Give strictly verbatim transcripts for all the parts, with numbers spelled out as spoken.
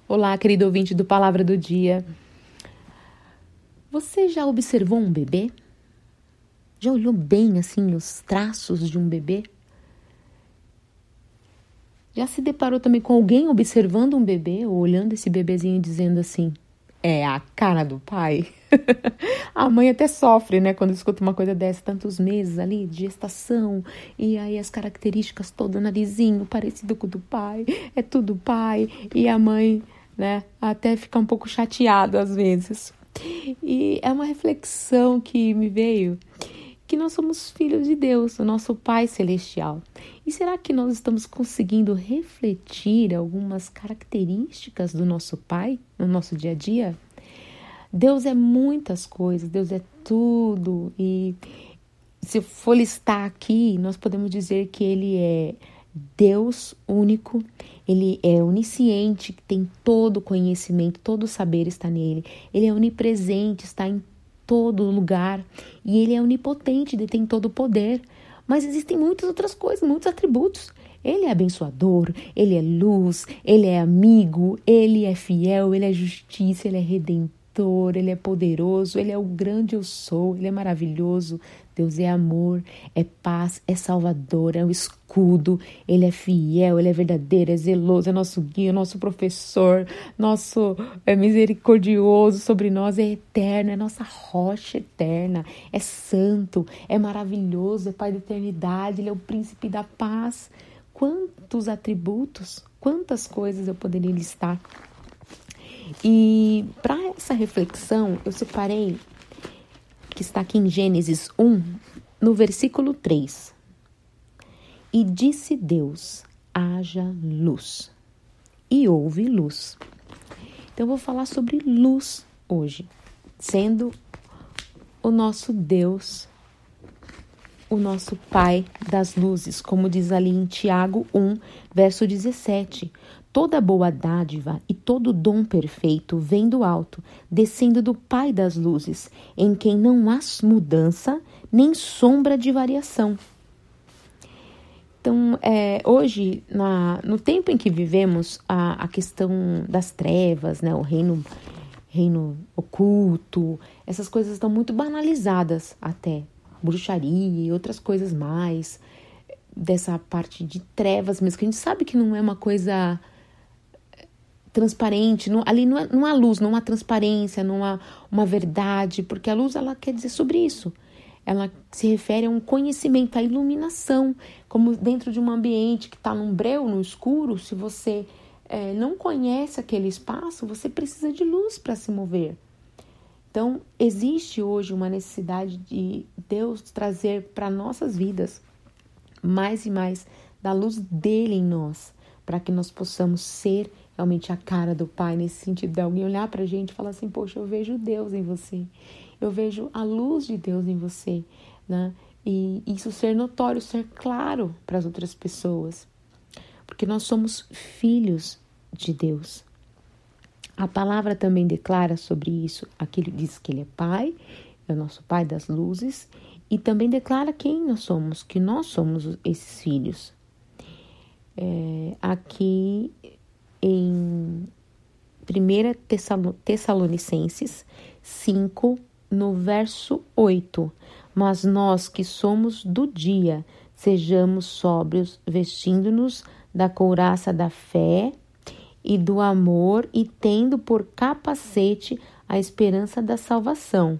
Olá, querido ouvinte do Palavra do Dia. Você já observou um bebê? Já olhou bem assim os traços de um bebê? Já se deparou também com alguém observando um bebê ou olhando esse bebezinho e dizendo assim, é a cara do pai? A mãe até sofre, né, quando escuta uma coisa dessa, tantos meses ali de gestação, e aí as características todas, o narizinho parecido com o do pai, é tudo pai, e a mãe, né, até fica um pouco chateada às vezes. E é uma reflexão que me veio, que nós somos filhos de Deus, o nosso Pai Celestial. E será que nós estamos conseguindo refletir algumas características do nosso Pai no nosso dia a dia? Deus é muitas coisas, Deus é tudo, e se for listar aqui, nós podemos dizer que Ele é Deus único, Ele é onisciente, que tem todo o conhecimento, todo o saber está nele, Ele é onipresente, está em todo lugar, e Ele é onipotente, detém todo o poder, mas existem muitas outras coisas, muitos atributos. Ele é abençoador, Ele é luz, Ele é amigo, Ele é fiel, Ele é justiça, Ele é redentor. Ele é poderoso, Ele é o grande eu sou, Ele é maravilhoso. Deus é amor, é paz, é salvador, é o escudo, Ele é fiel, Ele é verdadeiro, é zeloso, é nosso guia, nosso professor, nosso é misericordioso sobre nós, é eterno, é nossa rocha eterna, é santo, é maravilhoso, é Pai da eternidade, Ele é o príncipe da paz. Quantos atributos, quantas coisas eu poderia listar. E para essa reflexão, eu separei, que está aqui em Gênesis um, no versículo três. E disse Deus, haja luz. E houve luz. Então eu vou falar sobre luz hoje, sendo o nosso Deus, o nosso Pai das luzes, como diz ali em Tiago um, verso dezessete. Toda boa dádiva e todo dom perfeito vem do alto, descendo do Pai das luzes, em quem não há mudança nem sombra de variação. Então, é, hoje, na, no tempo em que vivemos, a, a questão das trevas, né, o reino, reino oculto, essas coisas estão muito banalizadas até. Bruxaria e outras coisas mais, dessa parte de trevas mesmo, que a gente sabe que não é uma coisa transparente, não, ali não, é, não há luz, não há transparência, não há uma verdade, porque a luz, ela quer dizer sobre isso, ela se refere a um conhecimento, a iluminação, como dentro de um ambiente que está num breu, no escuro, se você é, não conhece aquele espaço, você precisa de luz para se mover. Então, existe hoje uma necessidade de Deus trazer para nossas vidas mais e mais da luz dele em nós, para que nós possamos ser realmente a cara do Pai, nesse sentido de alguém olhar para a gente e falar assim, poxa, eu vejo Deus em você, eu vejo a luz de Deus em você, né? E isso ser notório, ser claro para as outras pessoas, porque nós somos filhos de Deus. A palavra também declara sobre isso, aquilo diz que Ele é Pai, é o nosso Pai das luzes, e também declara quem nós somos, que nós somos esses filhos. É, aqui em primeira Tessalonicenses cinco, no verso oito, mas nós que somos do dia, sejamos sóbrios, vestindo-nos da couraça da fé e do amor e tendo por capacete a esperança da salvação.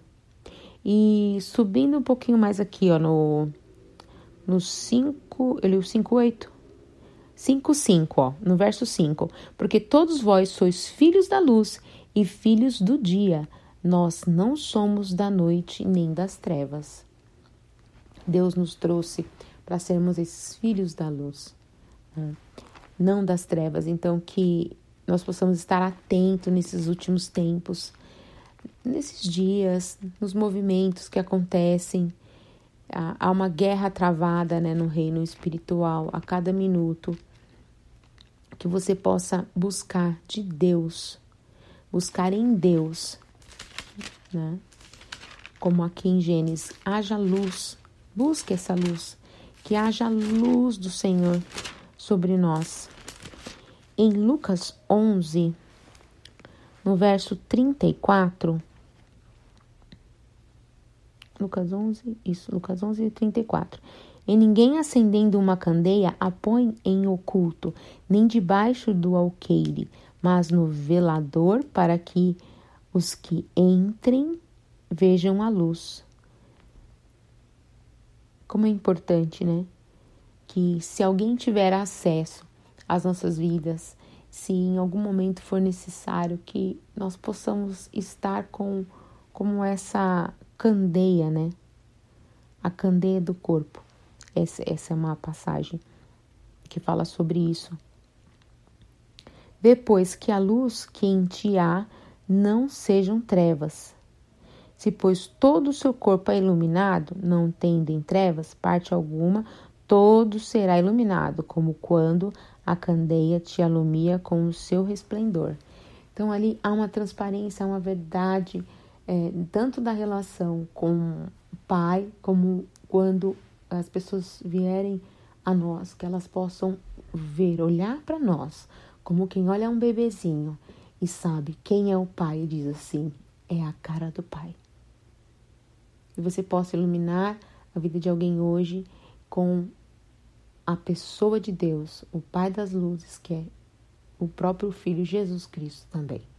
E subindo um pouquinho mais aqui, ó, no, no cinco, eu li o cinco, oito? cinco, cinco, ó, no verso cinco. Porque todos vós sois filhos da luz e filhos do dia. Nós não somos da noite nem das trevas. Deus nos trouxe para sermos esses filhos da luz, né? Não das trevas. Então, que nós possamos estar atentos nesses últimos tempos, nesses dias, nos movimentos que acontecem. Há uma guerra travada, né, no reino espiritual a cada minuto. Que você possa buscar de Deus, buscar em Deus, né? Como aqui em Gênesis, haja luz, busque essa luz, que haja luz do Senhor sobre nós. Em Lucas onze, no verso trinta e quatro, Lucas onze, isso, Lucas onze, trinta e quatro. E ninguém acendendo uma candeia a põe em oculto, nem debaixo do alqueire, mas no velador, para que os que entrem vejam a luz. Como é importante, né? Que se alguém tiver acesso às nossas vidas, se em algum momento for necessário que nós possamos estar com como essa candeia, né? A candeia do corpo. Essa, essa é uma passagem que fala sobre isso. Depois que a luz que em ti há não sejam trevas. Se, pois, todo o seu corpo é iluminado, não tendo em trevas parte alguma, todo será iluminado, como quando a candeia te alumia com o seu resplendor. Então, ali há uma transparência, há uma verdade, é, tanto da relação com o Pai, como quando as pessoas vierem a nós, que elas possam ver, olhar para nós, como quem olha um bebezinho e sabe quem é o Pai e diz assim, é a cara do Pai. E você possa iluminar a vida de alguém hoje com a pessoa de Deus, o Pai das luzes, que é o próprio Filho Jesus Cristo também.